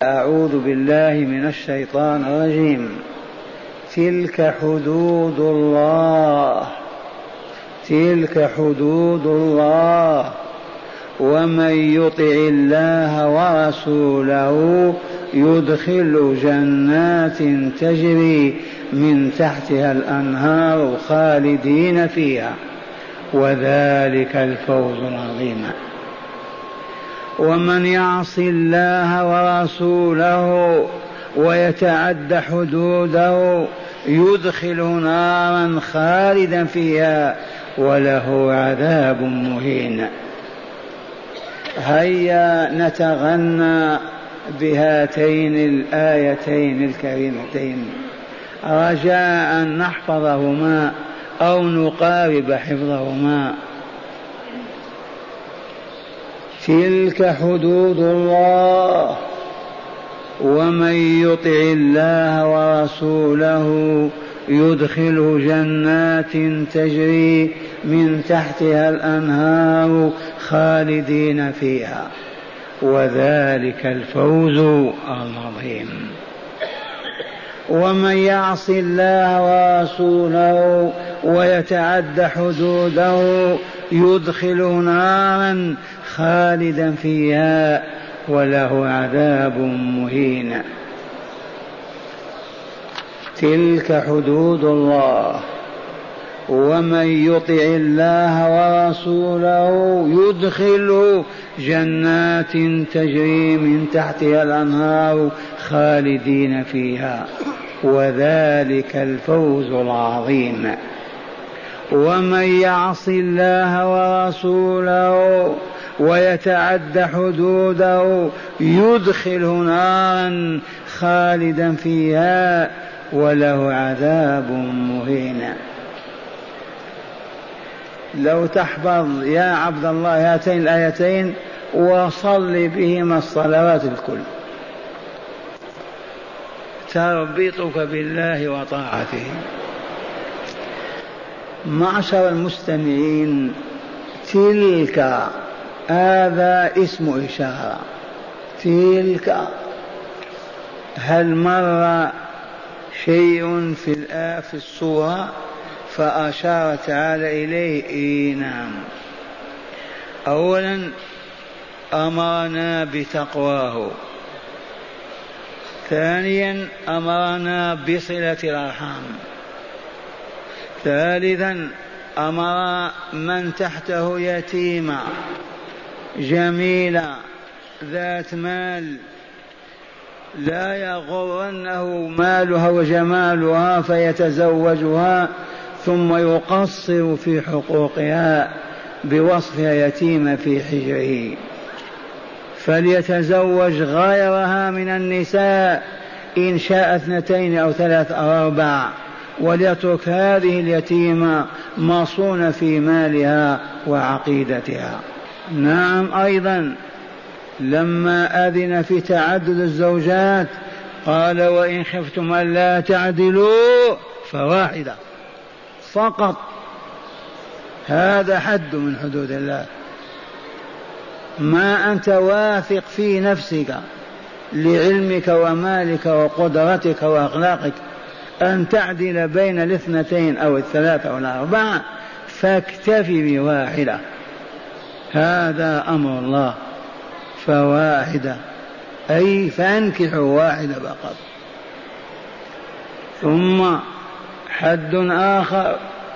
أعوذ بالله من الشيطان الرجيم. تلك حدود الله، تلك حدود الله، ومن يطع الله ورسوله يدخل جنات تجري من تحتها الأنهار خالدين فيها، وذلك الفوز العظيم. ومن يعص الله ورسوله ويتعد حدوده يدخل نارا خالدا فيها وله عذاب مهين. هيا نتغنى بهاتين الآيتين الكريمتين رجاء أن نحفظهما أو نقارب حفظهما. تلك حدود الله، ومن يطع الله ورسوله يدخل جنات تجري من تحتها الأنهار خالدين فيها، وذلك الفوز العظيم. ومن يعص الله ورسوله ويتعد حدوده يدخل نارا خالدا فيها وله عذاب مهين. تلك حدود الله، ومن يطع الله ورسوله يدخل جنات تجري من تحتها الأنهار خالدين فيها، وذلك الفوز العظيم. ومن يعص الله ورسوله ويتعد حدوده يدخل نارا خالدا فيها وله عذاب مهين. لو تحفظ يا عبد الله هاتين الآيتين وصل بهما الصلوات الكل تربطك بالله وطاعته. معشر المستمعين، تلك هذا اسم إشارة. تلك هل مر شيء في الصورة فأشار تعالى إليه؟ نعم. أولا أمرنا بتقواه، ثانيا أمرنا بصلة الأرحام، ثالثا أمر من تحته يتيمة جميلة ذات مال لا يغرنه مالها وجمالها فيتزوجها ثم يقصر في حقوقها بوصفها يتيمة في حجره، فليتزوج غيرها من النساء إن شاء 2 أو 3 أو 4، وليترك هذه اليتيمة مصونة في مالها وعقيدتها. نعم. أيضا لما أذن في تعدد الزوجات قال وإن خفتم ألا تعدلوا فواحدة فقط، هذا حد من حدود الله. ما أنت واثق في نفسك لعلمك ومالك وقدرتك وأخلاقك أن تعدل بين 2 أو 3 أو 4، فاكتفي بواحدة، هذا أمر الله. فواحدة أي فانكحوا واحدة فقط. ثم حد آخر،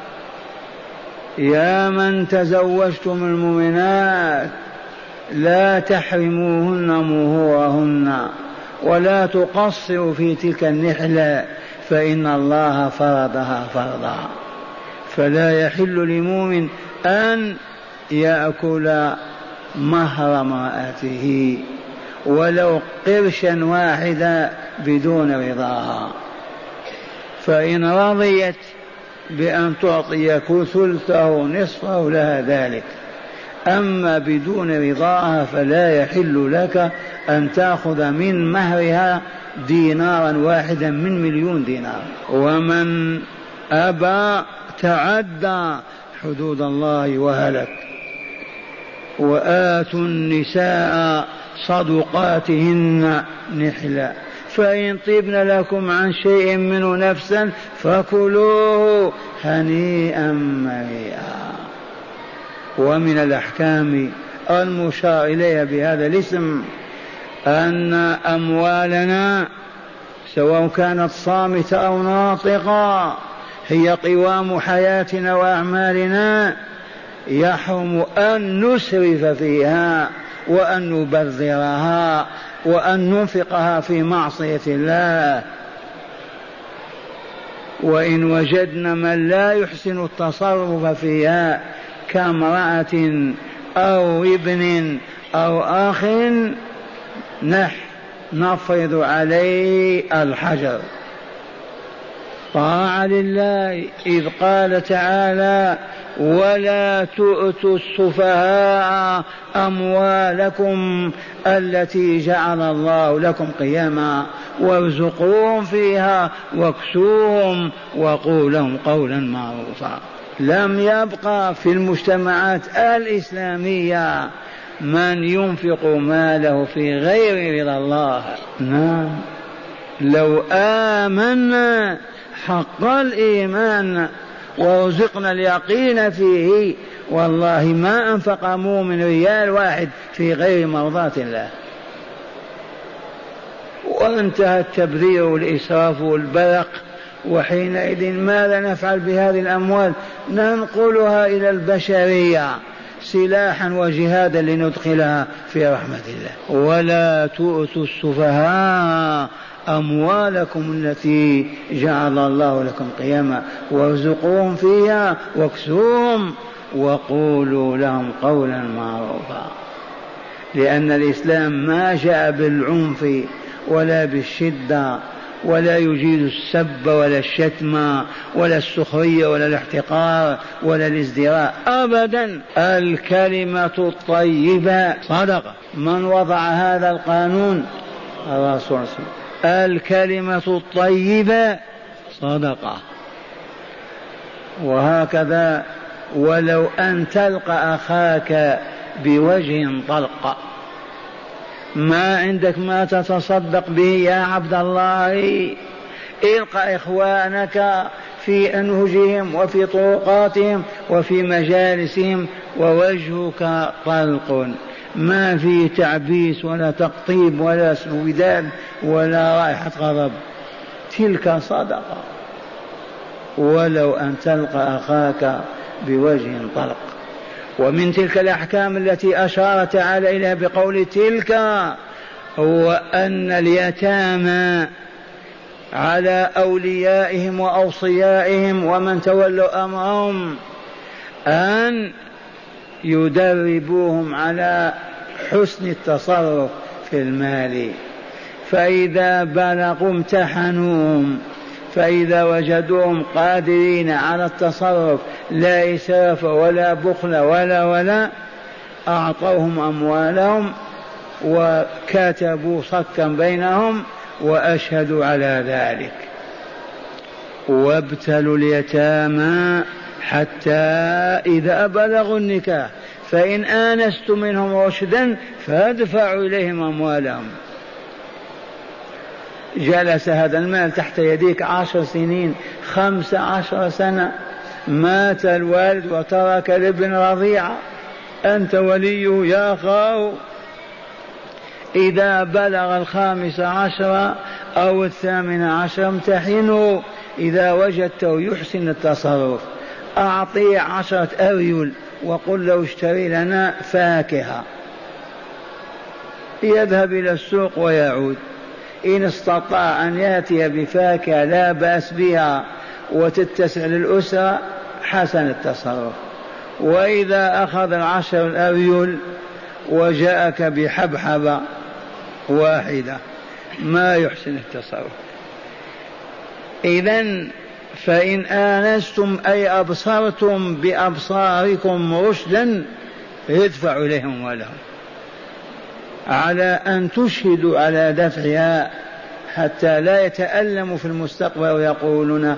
يا من تزوجتم المؤمنات لا تحرموهن مهورهن ولا تقصروا في تلك النحلة فإن الله فرضها فرضا، فلا يحل لمؤمن أن يأكل مهر امرأته ولو قرشا واحدا بدون رضاها، فإن رضيت بأن تعطي ثلثه نصفه لها ذلك، أما بدون رضاها فلا يحل لك أن تأخذ من مهرها دينارا واحدا من 1,000,000 دينار. ومن أبى تعدى حدود الله وهلك. وآتوا النساء صدقاتهن نحلا، فإن طبن لكم عن شيء منه نفسا فكلوه هنيئا مريئا. ومن الأحكام المشار إليها بهذا الاسم أن أموالنا سواء كانت صامتة أو ناطقة هي قوام حياتنا وأعمالنا، يحرم أن نسرف فيها وأن نبذرها وأن ننفقها في معصية الله. وإن وجدنا من لا يحسن التصرف فيها كامرأة أو ابن أو أخ نفرض عليه الحجر طاعة لله، إذ قال تعالى ولا تؤتوا السفهاء أموالكم التي جعل الله لكم قياما وارزقوهم فيها واكسوهم وقولوا لهم قولا معروفا. لم يبقى في المجتمعات الإسلامية من ينفق ماله في غير رضا الله. نعم، لو آمنا حق الإيمان ورزقنا اليقين فيه والله ما أنفق مؤمن ريال واحد في غير مرضاة الله. وانتهى التبذير والإسراف والبرق، وحينئذ ماذا نفعل بهذه الأموال؟ ننقلها إلى البشرية سلاحا وجهادا لندخلها في رحمة الله. ولا تؤتوا السفهاء أموالكم التي جعل الله لكم قياما وارزقوهم فيها واكسوهم وقولوا لهم قولا معروفا. لأن الإسلام ما جاء بالعنف ولا بالشدة، ولا يجيد السب ولا الشتم ولا السخرية ولا الاحتقار ولا الازدراء أبدا. الكلمة الطيبة صدقة. من وضع هذا القانون؟ الرسول. الكلمة الطيبة صدقة. وهكذا ولو أن تلقى أخاك بوجه طلق، ما عندك ما تتصدق به يا عبد الله، القى إخوانك في أنهجهم وفي طرقاتهم وفي مجالسهم ووجهك طلق، ما في تعبيس ولا تقطيب ولا سوداد ولا رائحة غضب، تلك صدقة. ولو أن تلقى أخاك بوجه طلق. ومن تلك الأحكام التي أشار تعالى إليها بقول تلك هو أن اليتامى على أوليائهم وأوصيائهم ومن تولوا أمرهم أن يدربوهم على حسن التصرف في المال، فإذا بلغوا امتحنوهم، فإذا وجدوهم قادرين على التصرف لا إسراف ولا بخل ولا أعطوهم أموالهم وكتبوا صكا بينهم وأشهدوا على ذلك. وابتلوا اليتامى حتى إذا بلغوا النكاح فإن آنستم منهم رشدا فادفعوا إليهم أموالهم. جلس هذا المال تحت يديك 10 سنين 15 سنة، مات الوالد وترك الابن رضيعة، أنت وليه يا أخاه. إذا بلغ 15 أو 18 امتحنه، إذا وجدته يحسن التصرف أعطيه 10 أريل وقل له اشتري لنا فاكهة، يذهب إلى السوق ويعود. إن استطاع أن يأتي بفاكهة لا بأس بها وتتسع للأسرة حسن التصرف. وإذا أخذ 10 الأريل وجاءك بحبحبة واحدة ما يحسن التصرف. إذن فإن آنستم أي أبصرتم بأبصاركم رشدا ادفعوا إليهم ولهم، على أن تشهدوا على دفعها حتى لا يتألموا في المستقبل ويقولون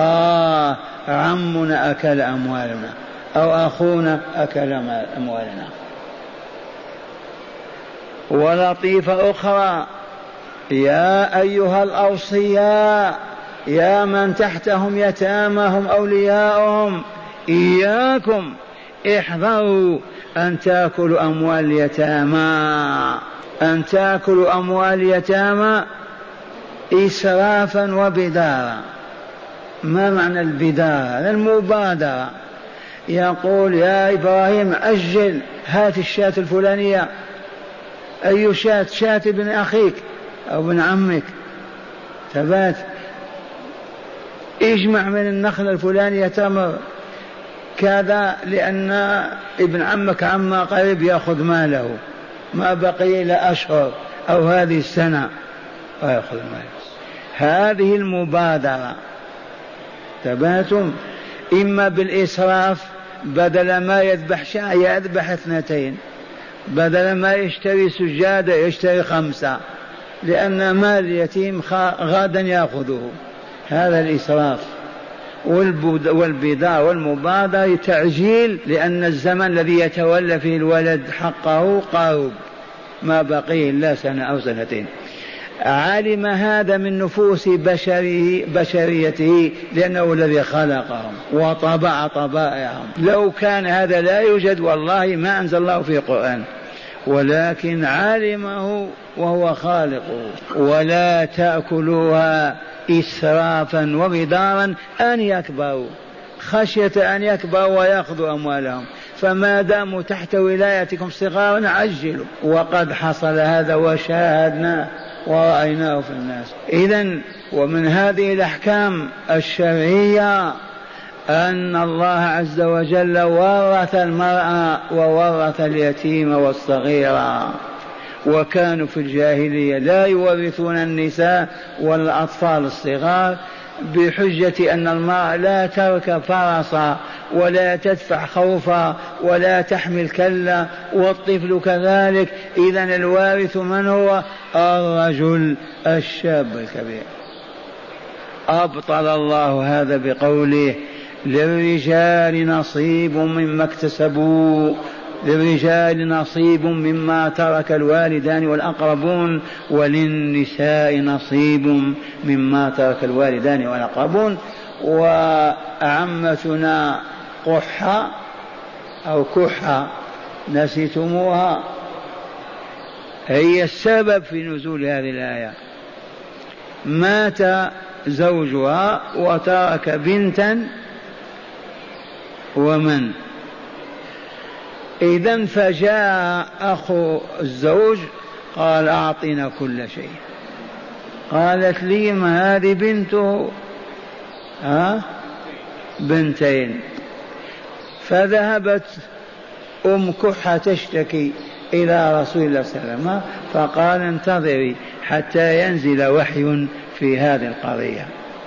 عمنا أكل أموالنا أو أخونا أكل أموالنا. ولطيفة أخرى: يا أيها الأوصياء، يا من تحتهم يتامهم أولياؤهم، إياكم احذروا أن تأكلوا أموال اليتامى، أن تأكلوا أموال اليتامى إسرافا وبدارا. ما معنى البدارة؟ المبادرة. يقول: يا إبراهيم أجل، هات الشاة الفلانية. أي شاة؟ شاة ابن أخيك أو ابن عمك. ثبات، اجمع من النخلة الفلانية تمر كذا، لأن ابن عمك عما قريب يأخذ ماله، ما بقي إلا أشهر أو هذه السنة ويأخذ ماله. هذه المبادرة. ثباتم، إما بالإسراف، بدل ما يذبح شاة يذبح 2، بدل ما يشتري سجادة يشتري 5، لأن مال اليتيم غدا يأخذه. هذا الإسراف. والبدار والمبادرة تعجيل، لأن الزمن الذي يتولى فيه الولد حقه قرب، ما بقي إلا سنة أو 2. علم هذا من نفوس بشريته، لأنه الذي خلقهم وطبع طبائعهم. لو كان هذا لا يوجد والله ما أنزل الله في القرآن، ولكن علمه وهو خالقه. ولا تأكلوها إسرافا وبدارا أن يكبروا، خشية أن يكبروا ويأخذوا أموالهم. فما داموا تحت ولايتكم صغارا عجلوا. وقد حصل هذا وشاهدنا ورأيناه في الناس. إذن ومن هذه الأحكام الشرعية أن الله عز وجل ورث المرأة وورث اليتيم والصغير، وكانوا في الجاهلية لا يورثون النساء والأطفال الصغار بحجة أن المرأة لا تركب فرسا ولا تدفع خوفا ولا تحمل كلا، والطفل كذلك. إذن الوارث من هو؟ الرجل الشاب الكبير. أبطل الله هذا بقوله: للرجال نصيب مما اكتسبوا، للرجال نصيب مما ترك الوالدان والأقربون، وللنساء نصيب مما ترك الوالدان والأقربون. وعمتنا قحة أو كحة نسيتموها، هي السبب في نزول هذه الآية. مات زوجها وترك بنتا ومن، إذن فجاء أخو الزوج قال: أعطنا كل شيء. قالت: لي ما هذه بنته؟ بنتين. فذهبت أم كحة تشتكي إلى رسول الله صلى الله عليه وسلم، فقال: انتظري حتى ينزل وحي في هذه القضية.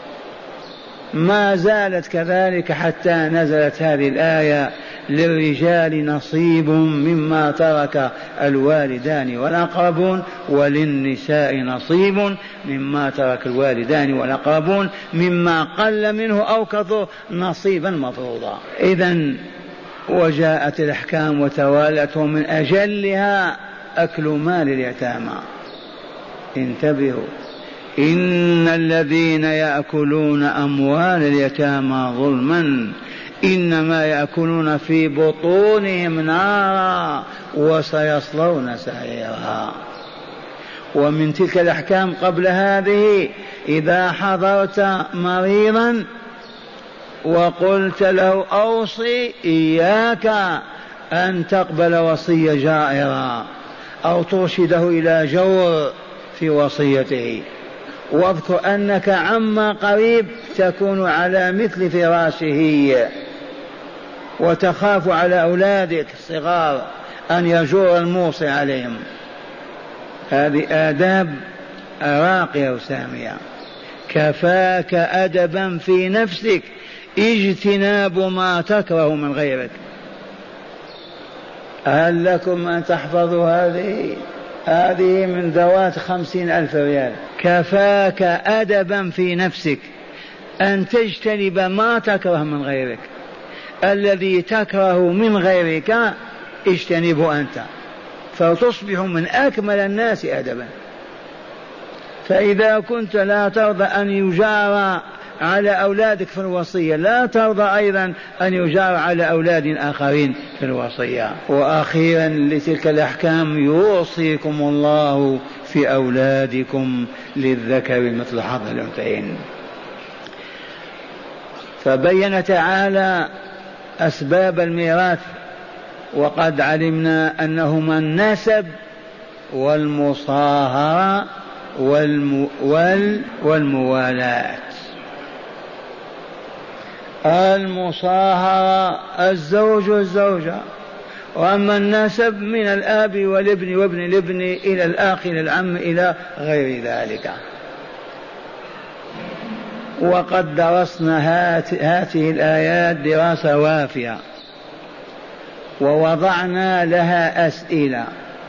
ما زالت كذلك حتى نزلت هذه الآية: للرجال نصيب مما ترك الوالدان والأقربون، وللنساء نصيب مما ترك الوالدان والأقربون، مما قل منه أو كثر نصيبا مفروضا. إذن وجاءت الأحكام وتوالت، ومن أجلها أكل مال اليتامى. انتبهوا: إن الذين يأكلون أموال اليتامى ظلما إنما يأكلون في بطونهم نارا وسيصلون سعيرا. ومن تلك الأحكام قبل هذه: إذا حضرت مريضا وقلت له أوصي، إياك أن تقبل وصية جائرة أو ترشده إلى جور في وصيته، واذكر أنك عما قريب تكون على مثل فراشه، وتخاف على أولادك الصغار أن يجور الموصي عليهم. هذه آداب راقية وسامية. كفاك أدبا في نفسك اجتناب ما تكره من غيرك. هل لكم أن تحفظوا هذه من ذوات 50,000 ريال. كفاك أدبا في نفسك أن تجتنب ما تكره من غيرك. الذي تكره من غيرك اجتنبه أنت، فتصبح من أكمل الناس أدبا. فإذا كنت لا ترضى أن يجار على أولادك في الوصية، لا ترضى أيضا أن يجار على أولاد آخرين في الوصية. وأخيرا لتلك الأحكام يوصيكم الله في أولادكم للذكر مثل حظ الأنثيين. فبين تعالى أسباب الميراث، وقد علمنا أنهما النسب والمصاهرة والموالاة. المصاهرة الزوج والزوجة، وأما النسب من الآب والابن وابن الابن إلى الأخ إلى العم إلى غير ذلك. وقد درسنا هذه الآيات دراسة وافية ووضعنا لها أسئلة،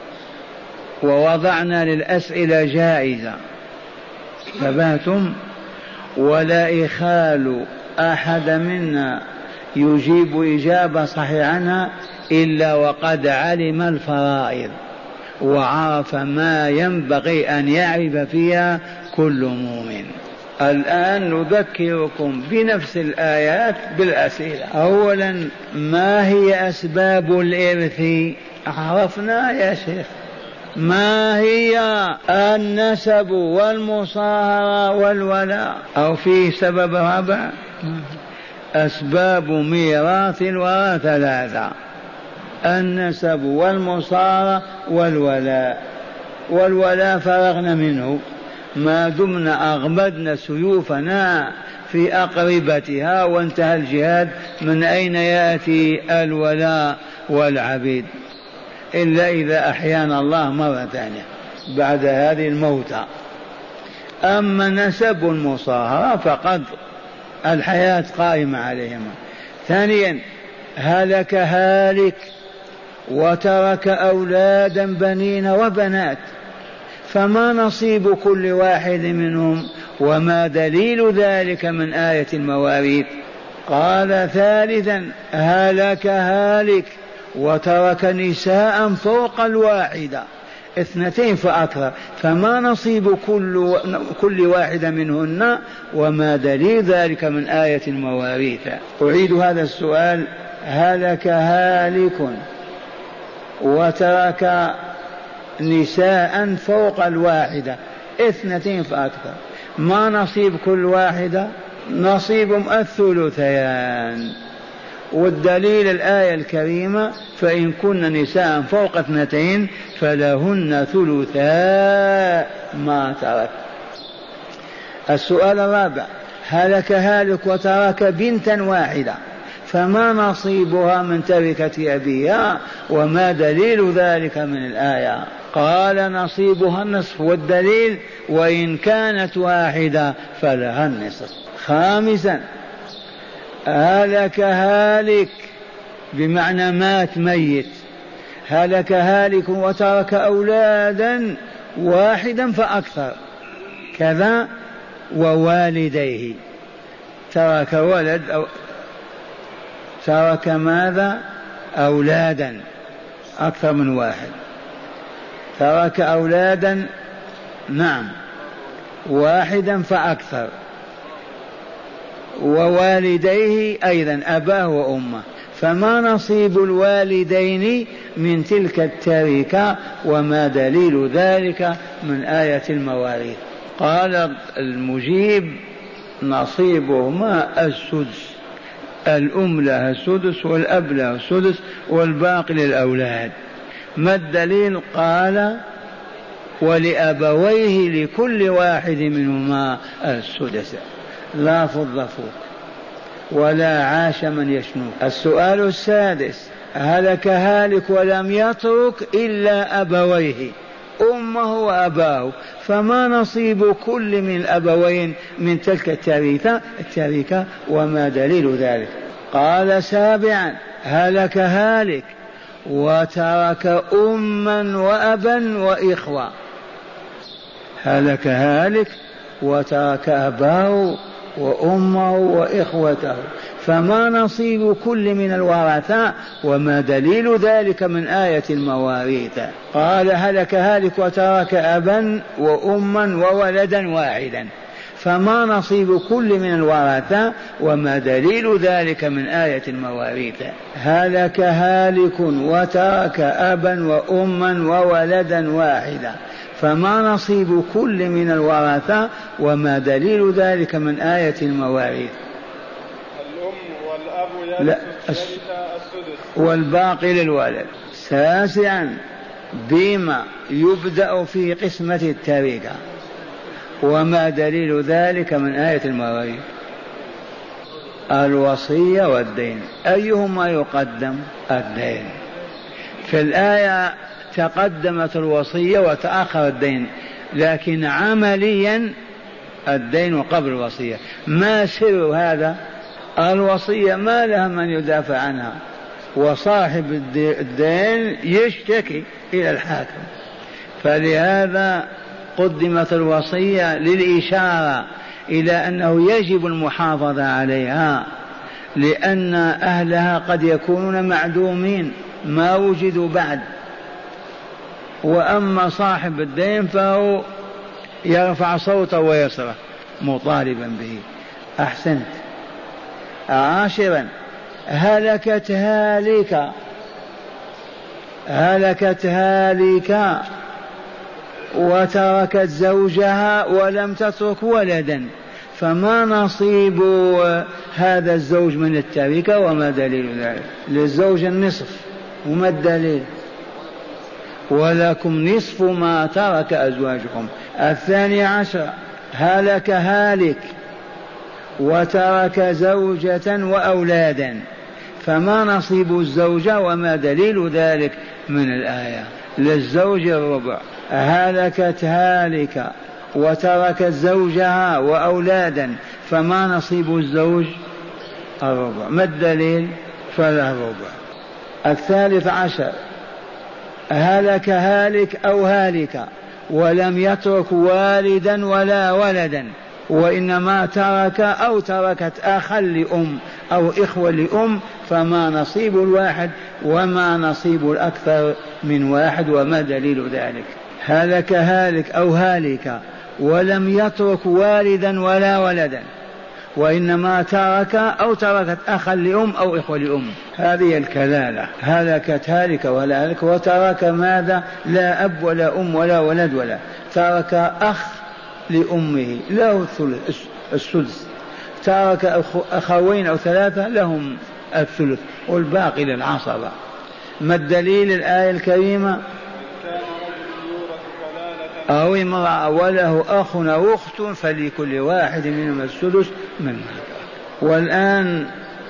ووضعنا للأسئلة جائزة، ثباتم، ولا يخال أحد منا يجيب إجابة صحيحة عنها إلا وقد علم الفرائض وعرف ما ينبغي أن يعرف فيها كل مؤمن. الآن نذكركم بنفس الآيات بالأسئلة. أولا، ما هي أسباب الإرث؟ عرفنا يا شيخ. ما هي النسب والمصاهرة والولاء؟ أو في سبب رابع؟ أسباب ميراث الوراث ثلاثة: النسب والمصاهرة والولاء. والولاء فرغنا منه ما دمنا أغمدنا سيوفنا في أقربتها وانتهى الجهاد. من أين يأتي الولاء والعبيد إلا إذا أحيانا الله مرة ثانية بعد هذه الموتى. أما نسب المصاهرة فقد الحياة قائمة عليهما. ثانيا، هلك هالك وترك أولادا بنين وبنات، فما نصيب كل واحد منهم وما دليل ذلك من آية المواريث؟ قال ثالثا، هلك هالك وترك نساء فوق الواحدة، اثنتين فأكثر، فما نصيب كل واحدة منهن وما دليل ذلك من آية المواريث؟ أعيد هذا السؤال: هلك هالك وترك نساء فوق الواحدة، اثنتين فأكثر، ما نصيب كل واحدة؟ نصيبهم الثلثيان. والدليل الآية الكريمة: فإن كن نساء فوق اثنتين فلهن ثلثا ما ترك. السؤال الرابع: هلك هالك وترك بنتا واحدة، فما نصيبها من تركة أبيها وما دليل ذلك من الآية؟ قال نصيبها النصف، والدليل: وإن كانت واحدة فلها النصف. خامسا، هلك هالك بمعنى مات ميت، هلك هالك وترك أولادا واحدا فأكثر كذا ووالديه، ترك ولد أو ترك ماذا؟ أولادا أكثر من واحد، ترك أولادا نعم واحدا فأكثر، ووالديه أيضا أباه وأمه، فما نصيب الوالدين من تلك التركة وما دليل ذلك من آية المواريث؟ قال المجيب: نصيبهما السدس، الأم لها السدس والأب لها السدس والباقي للأولاد. ما الدليل؟ قال: ولأبويه لكل واحد منهما السدس، لا فض فوق ولا عاش من يشنوك. السؤال السادس: هلك هالك ولم يترك إلا أبويه، أمه وأباه، فما نصيب كل من الأبوين من تلك التركة وما دليل ذلك؟ قال سابعا: هلك هالك وترك أما وأبا وإخوة، هلك هالك وترك أباه وأمه وإخوته، فما نصيب كل من الورثة وما دليل ذلك من آية المواريث. قال هلك هالك وترك أبا وأما وولدا واحدا، فما نصيب كل من الورثة وما دليل ذلك من آية المواريث. هلك هالك وترك أبا وأما وولدا واحدا، فما نصيب كل من الورثة وما دليل ذلك من آية المواريث. الأم والأب يرث السدس والباقي للولد. تاسعا بما يبدأ في قسمة التركة وما دليل ذلك من آية المواريث. الوصية والدين، أيهما يقدم؟ الدين. في الآية تقدمت الوصية وتأخر الدين، لكن عمليا الدين قبل الوصية. ما سر هذا؟ الوصية ما لها من يدافع عنها، وصاحب الدين يشتكي إلى الحاكم، فلهذا قدمت الوصية للإشارة إلى أنه يجب المحافظة عليها، لأن أهلها قد يكونون معدومين ما وجدوا بعد. وأما صاحب الدين فهو يرفع صوته ويصرخ مطالبا به. أحسنت. عاشرا هلكت هالك وتركت زوجها ولم تترك ولدا، فما نصيب هذا الزوج من التركة وما دليل ذلك؟ للزوج النصف، وما الدليل؟ ولكم نصف ما ترك أزواجكم. 12 هلك هالك وترك زوجة وأولادا، فما نصيب الزوجة وما دليل ذلك من الآية؟ للزوج الربع. هلكت هالك وتركت زوجها وأولادا، فما نصيب الزوج؟ الربع. ما الدليل؟ فلا الربع. 13 هلك هالك أو هالك ولم يترك والدا ولا ولدا، وإنما ترك أو تركت أخا لأم أو إخوة لأم، فما نصيب الواحد وما نصيب الأكثر من واحد وما دليل ذلك؟ هلك هالك أو هالك ولم يترك والدا ولا ولدا، وإنما ترك أو تركت أخا لأم أو إخوة لأم، هذه الكلالة. هلكت هالك ولا هلك وترك ماذا؟ لا أب ولا أم ولا ولد ولا، ترك أخ لأمه له السدس، ترك أخوين أو 3 لهم الثلث، والباقي للعصبة. ما الدليل؟ الآية الكريمة أو امرأة وله أخ أو أخت فلكل واحد منهم السدس مما ترك. والآن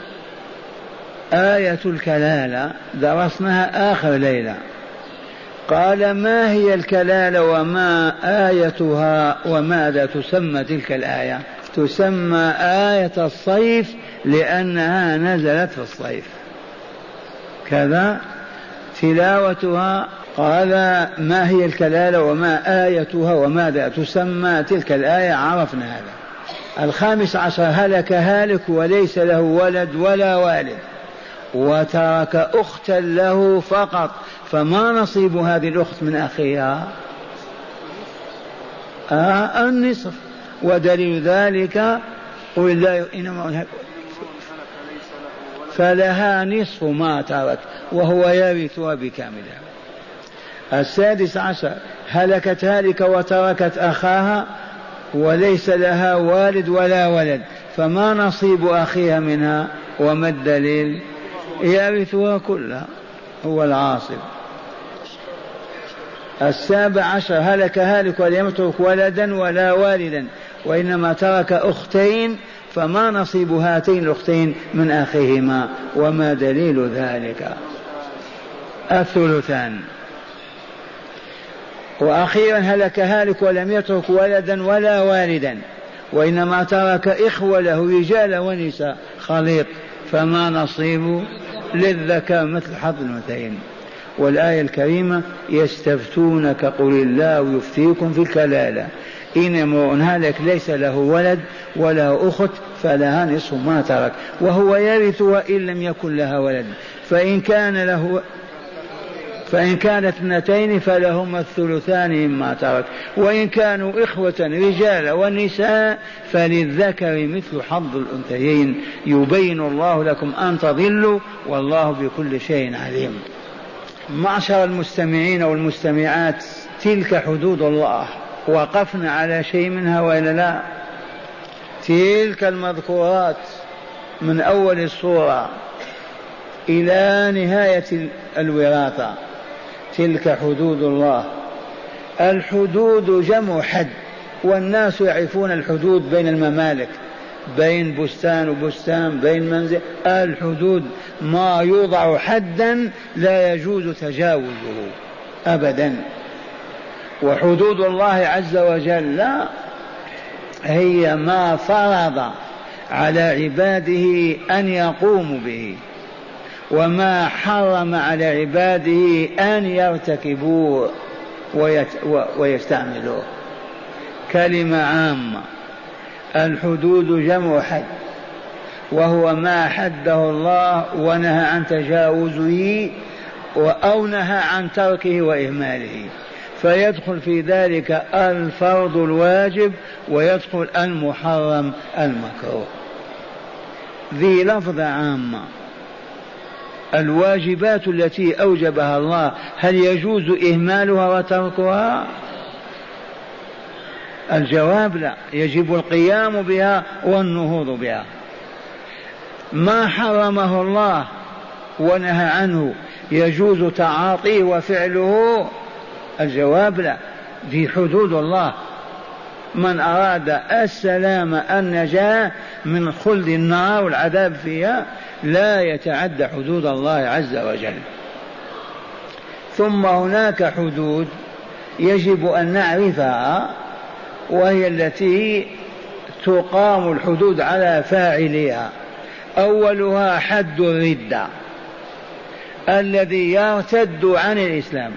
آية الكلالة درسناها آخر ليلة. قال ما هي الكلالة وما آيتها وماذا تسمى تلك الآية؟ تسمى آية الصيف لأنها نزلت في الصيف، كذا تلاوتها. قال ما هي الكلالة وما آيتها وماذا تسمى تلك الآية؟ عرفنا هذا. 15 هلك هالك وليس له ولد ولا والد وترك أختا له فقط، فما نصيب هذه الأخت من أخيها؟ النصف. ودليل ذلك قل الله إنما فلها نصف ما ترك وهو يرثها بكاملها. 16 هلكت هالك وتركت أخاها وليس لها والد ولا ولد، فما نصيب أخيها منها وما الدليل؟ يرثها كلها، هو العاصب. 17 هلك هالك ولم يترك ولدا ولا والدا وإنما ترك أختين، فما نصيب هاتين الأختين من أخيهما وما دليل ذلك؟ الثلثان. وأخيرا هلك هالك ولم يترك ولدا ولا والدا وإنما ترك إخوة له رجال ونساء خليط، فما نصيب؟ للذكر مثل حظ الأنثيين. والآية الكريمة يستفتونك قل الله يفتيكم في الكلالة إن امرؤ هلك ليس له ولد وله أخت فلها نصف ما ترك وهو يرثها إن لم يكن لها ولد، فإن كانت اثنتين فلهما الثلثان مما ترك، وإن كانوا إخوة رجال ونساء فللذكر مثل حظ الأنثيين، يبين الله لكم أن تضلوا والله بكل شيء عليم. معشر المستمعين والمستمعات، تلك حدود الله، وقفنا على شيء منها وإلا لا؟ تلك المذكورات من أول السورة إلى نهاية الوراثة تلك حدود الله. الحدود جمع حد، والناس يعرفون الحدود بين الممالك، بين بستان وبستان، بين منزل. الحدود ما يوضع حدا لا يجوز تجاوزه أبدا. وحدود الله عز وجل هي ما فرض على عباده أن يقوموا به، وما حرم على عباده أن يرتكبوه ويستعملوه. كلمة عامة. الحدود جمع حد، وهو ما حده الله ونهى عن تجاوزه أو نهى عن تركه وإهماله، فيدخل في ذلك الفرض الواجب ويدخل المحرم المكروه. ذي لفظة عامة. الواجبات التي أوجبها الله هل يجوز إهمالها وتركها؟ الجواب لا، يجب القيام بها والنهوض بها. ما حرمه الله ونهى عنه يجوز تعاطيه وفعله؟ الجواب لا، في حدود الله. من أراد السلام النجاة من خلد النار والعذاب فيها لا يتعدى حدود الله عز وجل. ثم هناك حدود يجب أن نعرفها، وهي التي تقام الحدود على فاعلها. أولها حد الردة، الذي يرتد عن الإسلام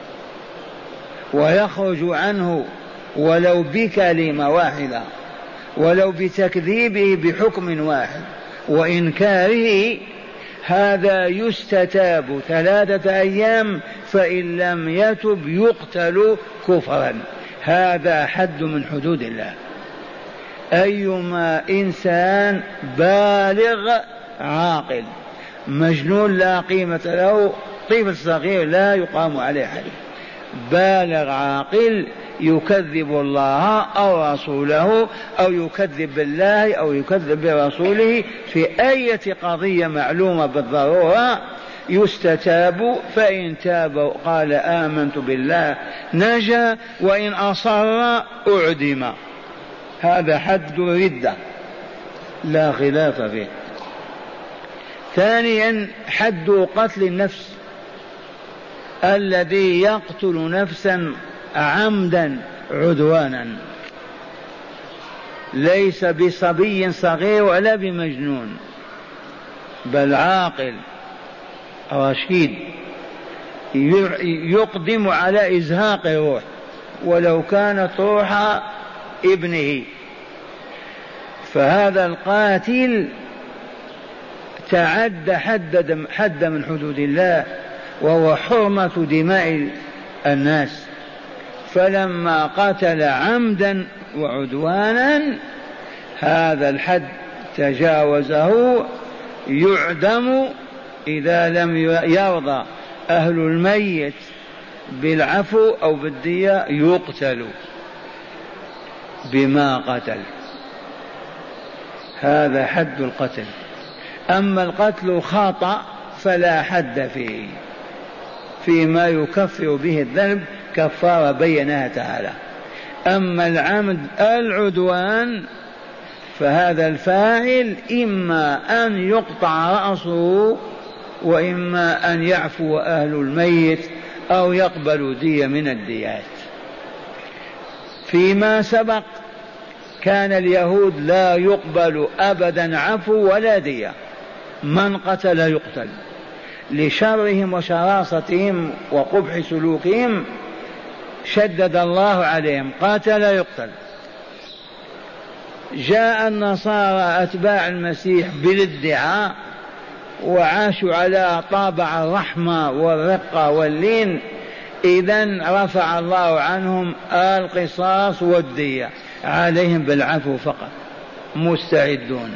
ويخرج عنه ولو بكلمة واحدة، ولو بتكذيبه بحكم واحد وإنكاره، هذا يستتاب 3 أيام، فإن لم يتب يقتل كفرا. هذا حد من حدود الله. أيما إنسان بالغ عاقل، مجنون لا قيمة له، طفل صغير لا يقام عليه حد، بالغ عاقل يكذب الله أو رسوله أو يكذب بالله أو يكذب برسوله في أي قضية معلومة بالضرورة يستتاب، فإن تاب قال آمنت بالله نجا، وإن أصر أعدم. هذا حد ردة لا خلاف فيه. ثانيا حد قتل النفس، الذي يقتل نفسا عمدا عدوانا، ليس بصبي صغير ولا بمجنون، بل عاقل رشيد يقدم على إزهاق الروح ولو كانت روح ابنه. فهذا القاتل تعد حد من حدود الله، وهو حرمة دماء الناس. فلما قتل عمدا وعدوانا هذا الحد تجاوزه يعدم، إذا لم يرضى أهل الميت بالعفو أو بالدية يقتل بما قتل. هذا حد القتل. أما القتل خطأ فلا حد فيه، فيما يكفر به الذنب كفارة بينها تعالى. أما العمد العدوان فهذا الفاعل إما أن يقطع رأسه وإما أن يعفو أهل الميت أو يقبل دية من الديات. فيما سبق كان اليهود لا يقبل أبدا عفو ولا دية، من قتل يقتل لشرهم وشراستهم وقبح سلوكهم، شدد الله عليهم قاتل يقتل. جاء النصارى أتباع المسيح بالادعاء وعاشوا على طابع الرحمة والرقة واللين، إذن رفع الله عنهم القصاص والدية، عليهم بالعفو فقط، مستعدون.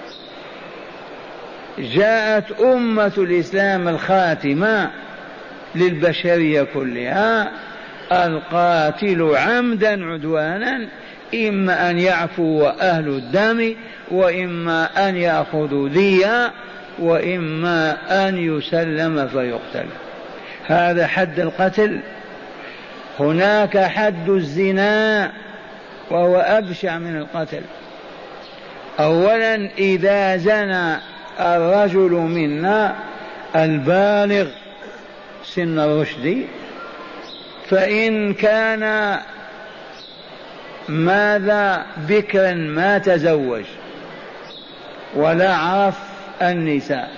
جاءت أمة الإسلام الخاتمة للبشرية كلها، القاتل عمدا عدوانا إما أن يعفو أهل الدم، وإما أن يأخذوا دية، وإما أن يسلم فيقتل. هذا حد القتل. هناك حد الزنا وهو أبشع من القتل. أولا إذا زنى الرجل منا البالغ سن الرشد، فإن كان ماذا بكرا ما تزوج ولا عرف النساء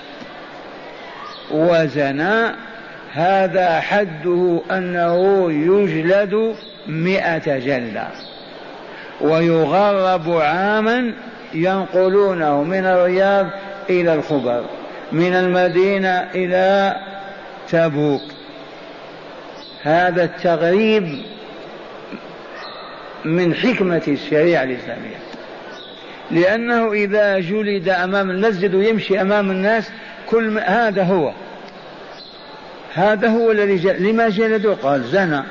وزنا، هذا حده أنه يجلد 100 جلدة ويغرب عاما، ينقلونه من الرياض إلى الخبر، من المدينة إلى تبوك. هذا التغريب من حكمة الشريعة الإسلامية، لأنه إذا جلد أمام المسجد ويمشي أمام الناس كل هذا هو الذي لما جلده؟ قال زنا،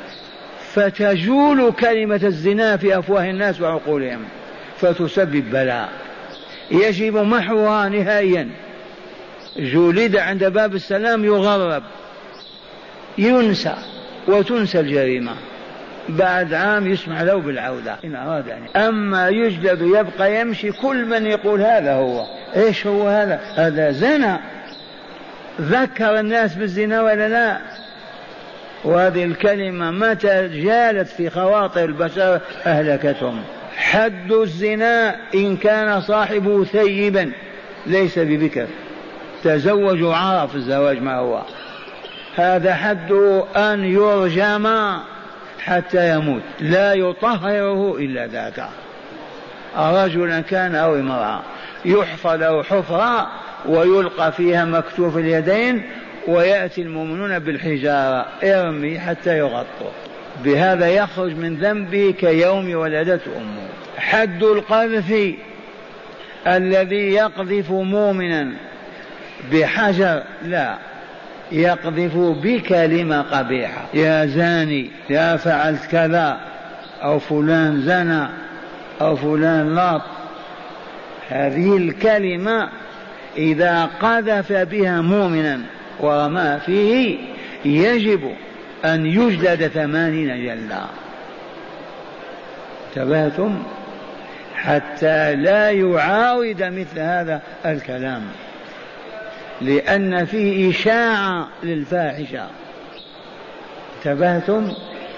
فتجول كلمة الزنا في أفواه الناس وعقولهم فتسبب بلاء يجب محوها نهائيا. جلد عند باب السلام يغرب، ينسى وتنسى الجريمة، بعد عام يسمع له بالعودة إن أراد يعني. أما يجلد يبقى يمشي، كل من يقول هذا هو. إيش هو هذا؟ هذا زنا. ذكر الناس بالزنا ولا لا؟ وهذه الكلمة متى جالت في خواطر البشر أهلكتهم. حد الزنا إن كان صاحبه ثيبا ليس ببكر، تزوج وعرف الزواج ما هو، هذا حده أن يرجم حتى يموت، لا يطهره إلا ذاك، رجلا كان أو امرأة، يحفر له حفرة ويلقى فيها مكتوف اليدين، ويأتي المؤمنون بالحجارة ارمي حتى يغطوا، بهذا يخرج من ذنبه كيوم ولدته أمه. حد القذف الذي يقذف مؤمنا بحجر، لا، يقذف بكلمة قبيحة، يا زاني، يا فعلت كذا، أو فلان زنى، أو فلان لاط. هذه الكلمة إذا قذف بها مؤمنا ورمى فيه يجب أن يجلد 80 جلدة. انتبهتم؟ حتى لا يعاود مثل هذا الكلام، لأن فيه إشاعة للفاحشة. انتبهتم؟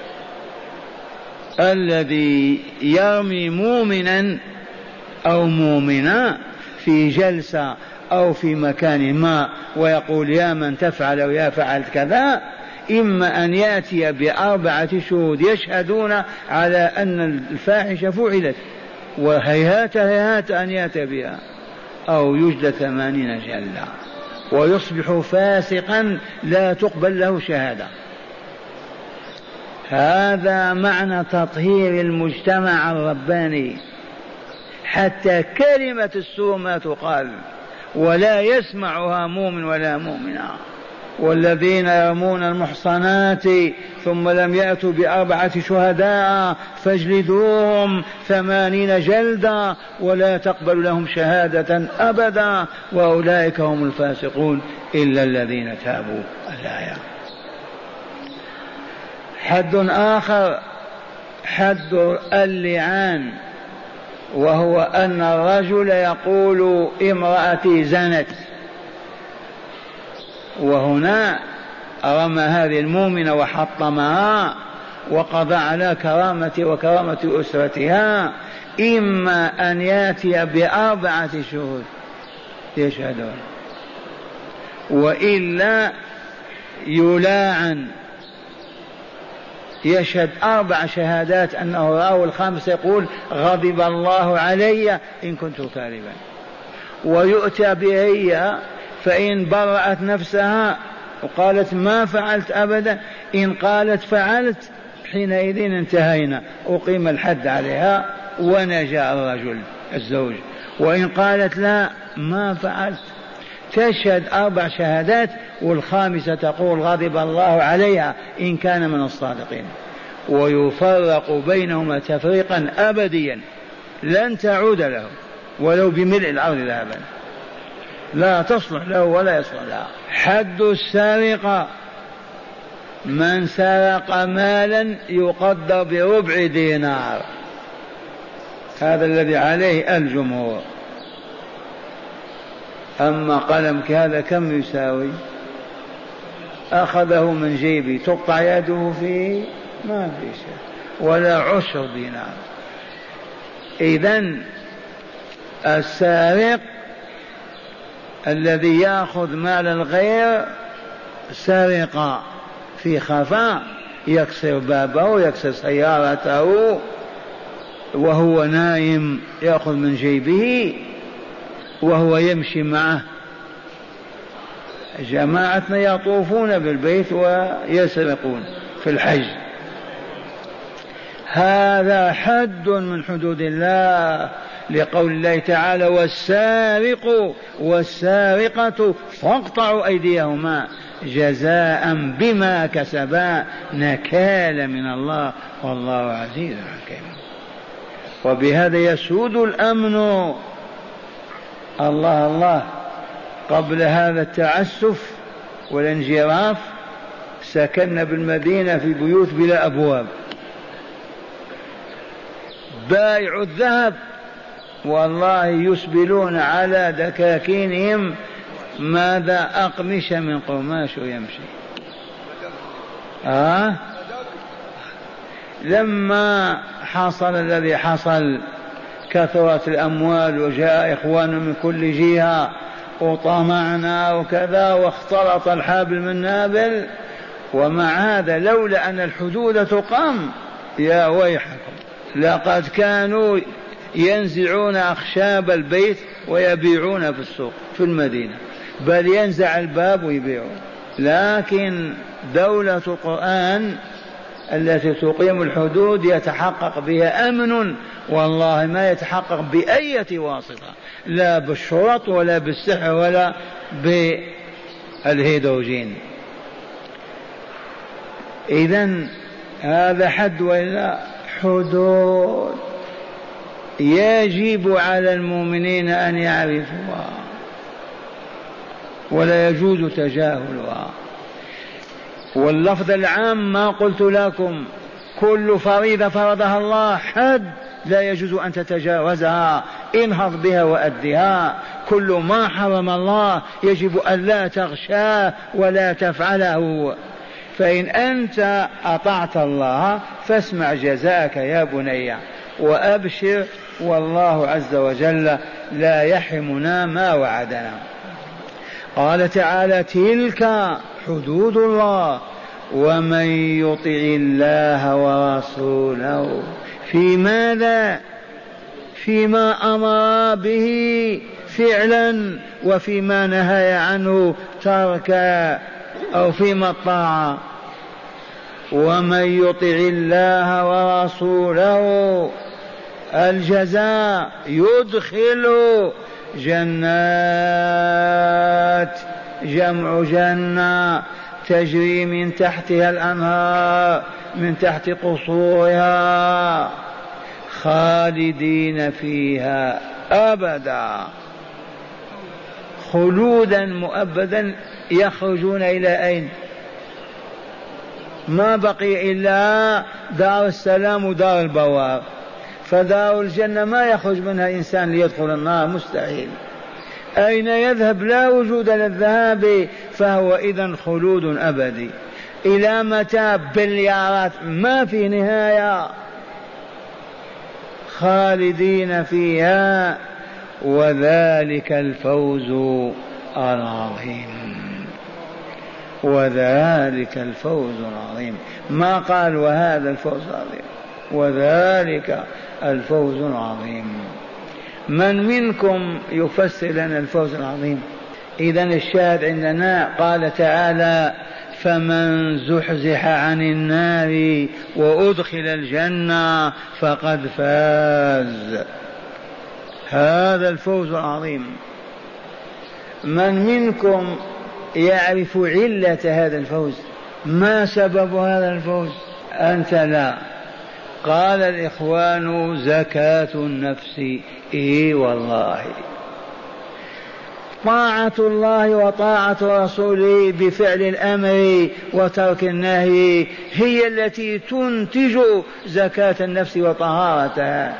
الذي يرمي مؤمنا أو مؤمنا في جلسة أو في مكان ما ويقول يا من تفعل ويا فعلت كذا، إما أن يأتي ب4 شهود يشهدون على أن الفاحشة فعلت، وهيهات هيهات أن يأتي بها، أو يجلد 80 جلدة ويصبح فاسقا لا تقبل له شهادة. هذا معنى تطهير المجتمع الرباني، حتى كلمة السوء ما تقال ولا يسمعها مؤمن ولا مؤمنة. والذين يرمون المحصنات ثم لم يأتوا ب4 شهداء فاجلدوهم 80 جلدة ولا تقبل لهم شهادة أبدا وأولئك هم الفاسقون إلا الذين تابوا. الآية. حد آخر حد اللعان، وهو أن الرجل يقول امرأتي زنت، وهنا رمى هذه المؤمنة وحطمها وقضى على كرامتي وكرامة أسرتها، إما أن يأتي ب4 شهود يشهدون، وإلا يلاعن يشهد 4 شهادات أنه رأى، والخامسة يقول غضب الله علي إن كنت كاذبا. ويؤتى بها فإن برأت نفسها وقالت ما فعلت أبدا، إن قالت فعلت حينئذ انتهينا، أقيم الحد عليها ونجا الرجل الزوج. وإن قالت لا ما فعلت تشهد 4 شهادات، والخامسة تقول غضب الله عليها إن كان من الصادقين. ويفرق بينهما تفريقا أبديا لن تعود له ولو بملء الأرض ذهبا، لا تصلح له ولا يصلح لها. حد السارقة من سرق مالا يقدر ب4 دينار، هذا الذي عليه الجمهور. أما قلمك هذا كم يساوي؟ أخذه من جيبي تقطع يده فيه؟ ما في شيء، ولا 10 دينار. إذن السارق الذي يأخذ مال الغير سرقة في خفاء، يكسر بابه يكسر سيارته وهو نائم، يأخذ من جيبه وهو يمشي معه. جماعتنا يطوفون بالبيت ويسرقون في الحج. هذا حد من حدود الله، لقول الله تعالى والسارق والسارقة فاقطعوا أيديهما جزاء بما كسبا نكالا من الله والله عزيز حكيم. وبهذا يسود الأمن. الله الله، قبل هذا التعسف والانجراف سكننا بالمدينة في بيوت بلا أبواب، بائع الذهب والله يسبلون على دكاكينهم ماذا؟ أقمشة من قماش ويمشي. لما حصل الذي حصل كثرت الأموال وجاء إخوان من كل جهة وطمعنا وكذا واختلط الحابل من نابل. ومع هذا لولا أن الحدود تقام يا ويحكم لقد كانوا ينزعون أخشاب البيت ويبيعون في السوق في المدينة، بل ينزع الباب ويبيعون. لكن دولة القرآن التي تقيم الحدود يتحقق بها أمن، والله ما يتحقق بأية واسطة، لا بالشرط ولا بالسحر ولا بالهيدروجين. إذن هذا حد ولا حدود يجب على المؤمنين أن يعرفوها ولا يجوز تجاهلها. واللفظ العام ما قلت لكم كل فريضة فرضها الله حد لا يجوز أن تتجاوزها، انهض بها وأدها. كل ما حرم الله يجب أن لا تغشاه ولا تفعله. فإن أنت أطعت الله فاسمع جزاك يا بني وأبشر، والله عز وجل لا يحرمنا ما وعدنا. قال تعالى تلك حدود الله ومن يطع الله ورسوله في ماذا؟ فيما أمر به فعلا وفيما نهى عنه تركا أو فيما الطاعة. ومن يطع الله ورسوله الجزاء يدخل جنات، جمع جنة تجري من تحتها الأنهار من تحت قصورها خالدين فيها أبدا، خلودا مؤبدا. يخرجون إلى أين؟ ما بقي إلا دار السلام ودار البوار، فدار الجنة ما يخرج منها إنسان ليدخل النار، مستحيل. أين يذهب؟ لا وجود للذهاب، فهو إذن خلود أبدي. إلى متى؟ بليارات ما في نهاية، خالدين فيها، وذلك الفوز العظيم. وذلك الفوز العظيم. ما قال وهذا الفوز العظيم، وذلك الفوز العظيم. من منكم يفسر لنا الفوز العظيم؟ إذن الشاهد عندنا قال تعالى فمن زحزح عن النار وأدخل الجنة فقد فاز. هذا الفوز العظيم. من منكم يعرف علة هذا الفوز؟ ما سبب هذا الفوز؟ أنت لا. قال الإخوان زكاة النفس. إيه والله، طاعة الله وطاعة رسوله بفعل الأمر وترك النهي هي التي تنتج زكاة النفس وطهارتها.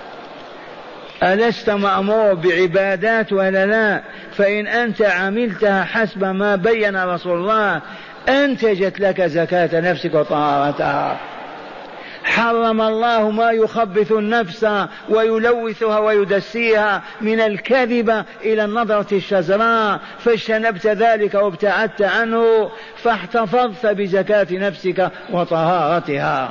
ألست مأمور بعبادات ولا لا؟ فإن أنت عملتها حسب ما بين رسول الله أنتجت لك زكاة نفسك وطهارتها. حرم الله ما يخبث النفس ويلوثها ويدسيها من الكذب إلى النظرة الشزراء، فاجتنبت ذلك وابتعدت عنه فاحتفظت بزكاة نفسك وطهارتها.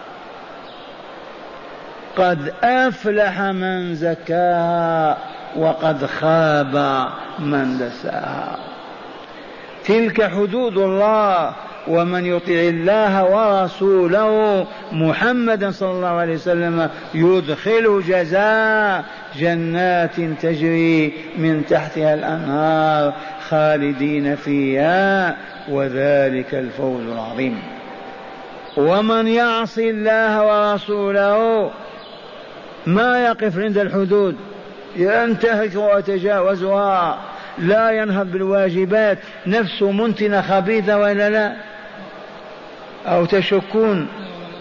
قد أفلح من زكاها وقد خاب من دساها. تلك حدود الله، ومن يطع الله ورسوله محمدا صلى الله عليه وسلم يدخله جزاء جنات تجري من تحتها الأنهار خالدين فيها وذلك الفوز العظيم. ومن يعص الله ورسوله ما يقف عند الحدود، ينتهك ويتجاوزها، لا ينهض بالواجبات، نفسه منتنة خبيثة ولا لا؟ أو تشكون؟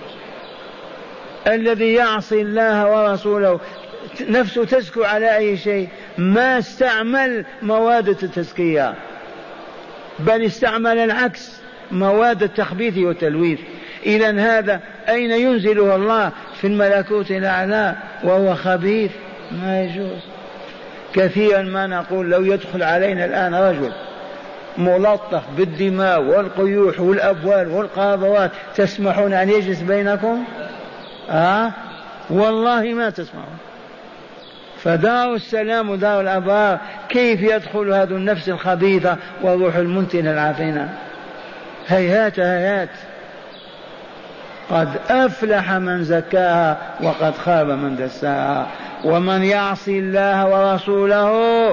الذي يعصي الله ورسوله نفسه تزكو على أي شيء؟ ما استعمل مواد التزكية، بل استعمل العكس، مواد التخبيث والتلويث. إذن هذا أين ينزله الله؟ في الملكوت الأعلى وهو خبيث؟ ما يجوز. كثيرا ما نقول لو يدخل علينا الآن رجل ملطخ بالدماء والقيوح والأبوال والقاذورات تسمحون أن يجلس بينكم؟ والله ما تسمعون. فدار السلام ودار الأبرار كيف يدخل هذه النفس الخبيثة والروح المنتنة العفنة؟ هيهات هيهات. قد أفلح من زكاها وقد خاب من دساها. ومن يعص الله ورسوله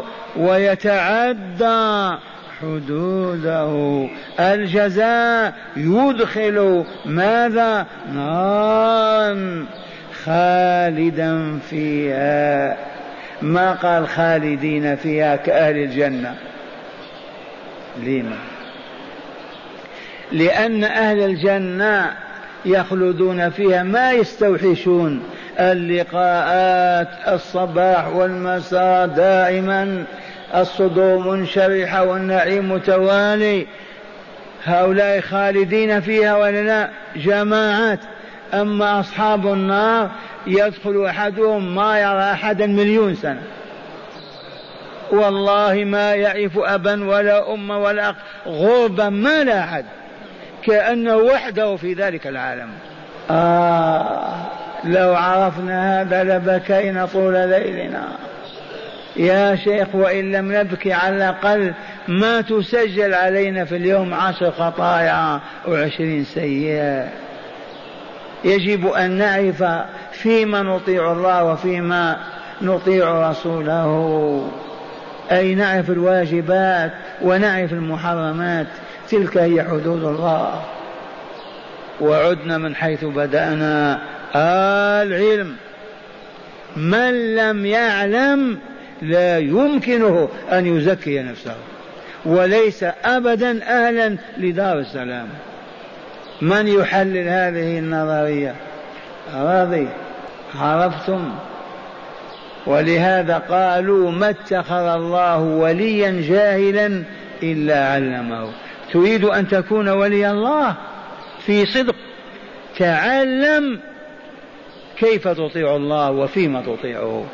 ويتعدى حدوده الجزاء يدخل ماذا؟ نارا خالدا فيها. ما قال خالدين فيها كأهل الجنة. لما؟ لأن أهل الجنة يخلدون فيها، ما يستوحشون اللقاءات الصباح والمساء دائما، الصدور منشرحة والنعيم متوالي. هؤلاء خالدين فيها ولا لا؟ جماعات. أما أصحاب النار يدخل أحدهم ما يرى أحدا 1,000,000 سنة، والله ما يعرف أبا ولا أم ولا أخ، غربا ما لا أحد، كأنه وحده في ذلك العالم. لو عرفنا هذا لبكينا طول ليلنا يا شيخ، وإن لم نبكي على الأقل ما تسجل علينا في اليوم 10 خطايا و20 سيئة. يجب أن نعرف فيما نطيع الله وفيما نطيع رسوله، أي نعرف الواجبات ونعرف المحرمات. تلك هي حدود الله. وعدنا من حيث بدأنا، العلم. من لم يعلم لا يمكنه أن يزكي نفسه، وليس أبدا أهلا لدار السلام. من يحلل هذه النظرية؟ راضي؟ عرفتم؟ ولهذا قالوا ما اتخذ الله وليا جاهلا إلا علمه. تريد أن تكون ولي الله في صدق، تعلم كيف تطيع الله وفيما تطيعه.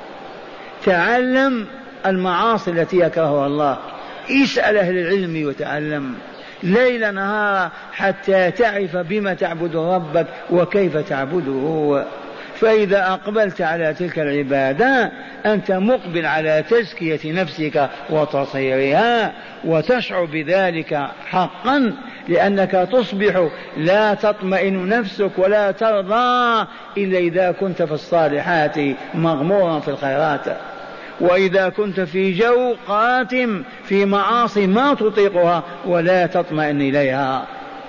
تعلم المعاصي التي يكرهها الله، اسأل أهل العلم وتعلم. ليل نهار حتى تعرف بما تعبد ربك وكيف تعبده. فإذا أقبلت على تلك العبادة أنت مقبل على تزكية نفسك وتطهيرها، وتشعر بذلك حقا، لأنك تصبح لا تطمئن نفسك ولا ترضى إلا إذا كنت في الصالحات مغمورا في الخيرات. وإذا كنت في جو قاتم في معاصي ما تطيقها ولا تطمئن إليها.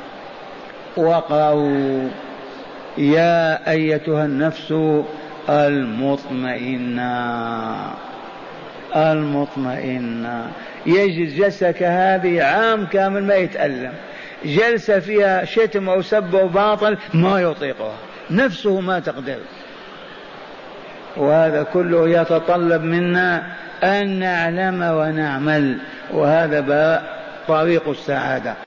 واقرأوا يا أيتها النفس المطمئنة. يجلس جلسة كهذه عام كامل ما يتألم، جلسة فيها شتم أو سب أو باطل ما يطيقها، نفسه ما تقدر. وهذا كله يتطلب منا أن نعلم ونعمل، وهذا طريق السعادة.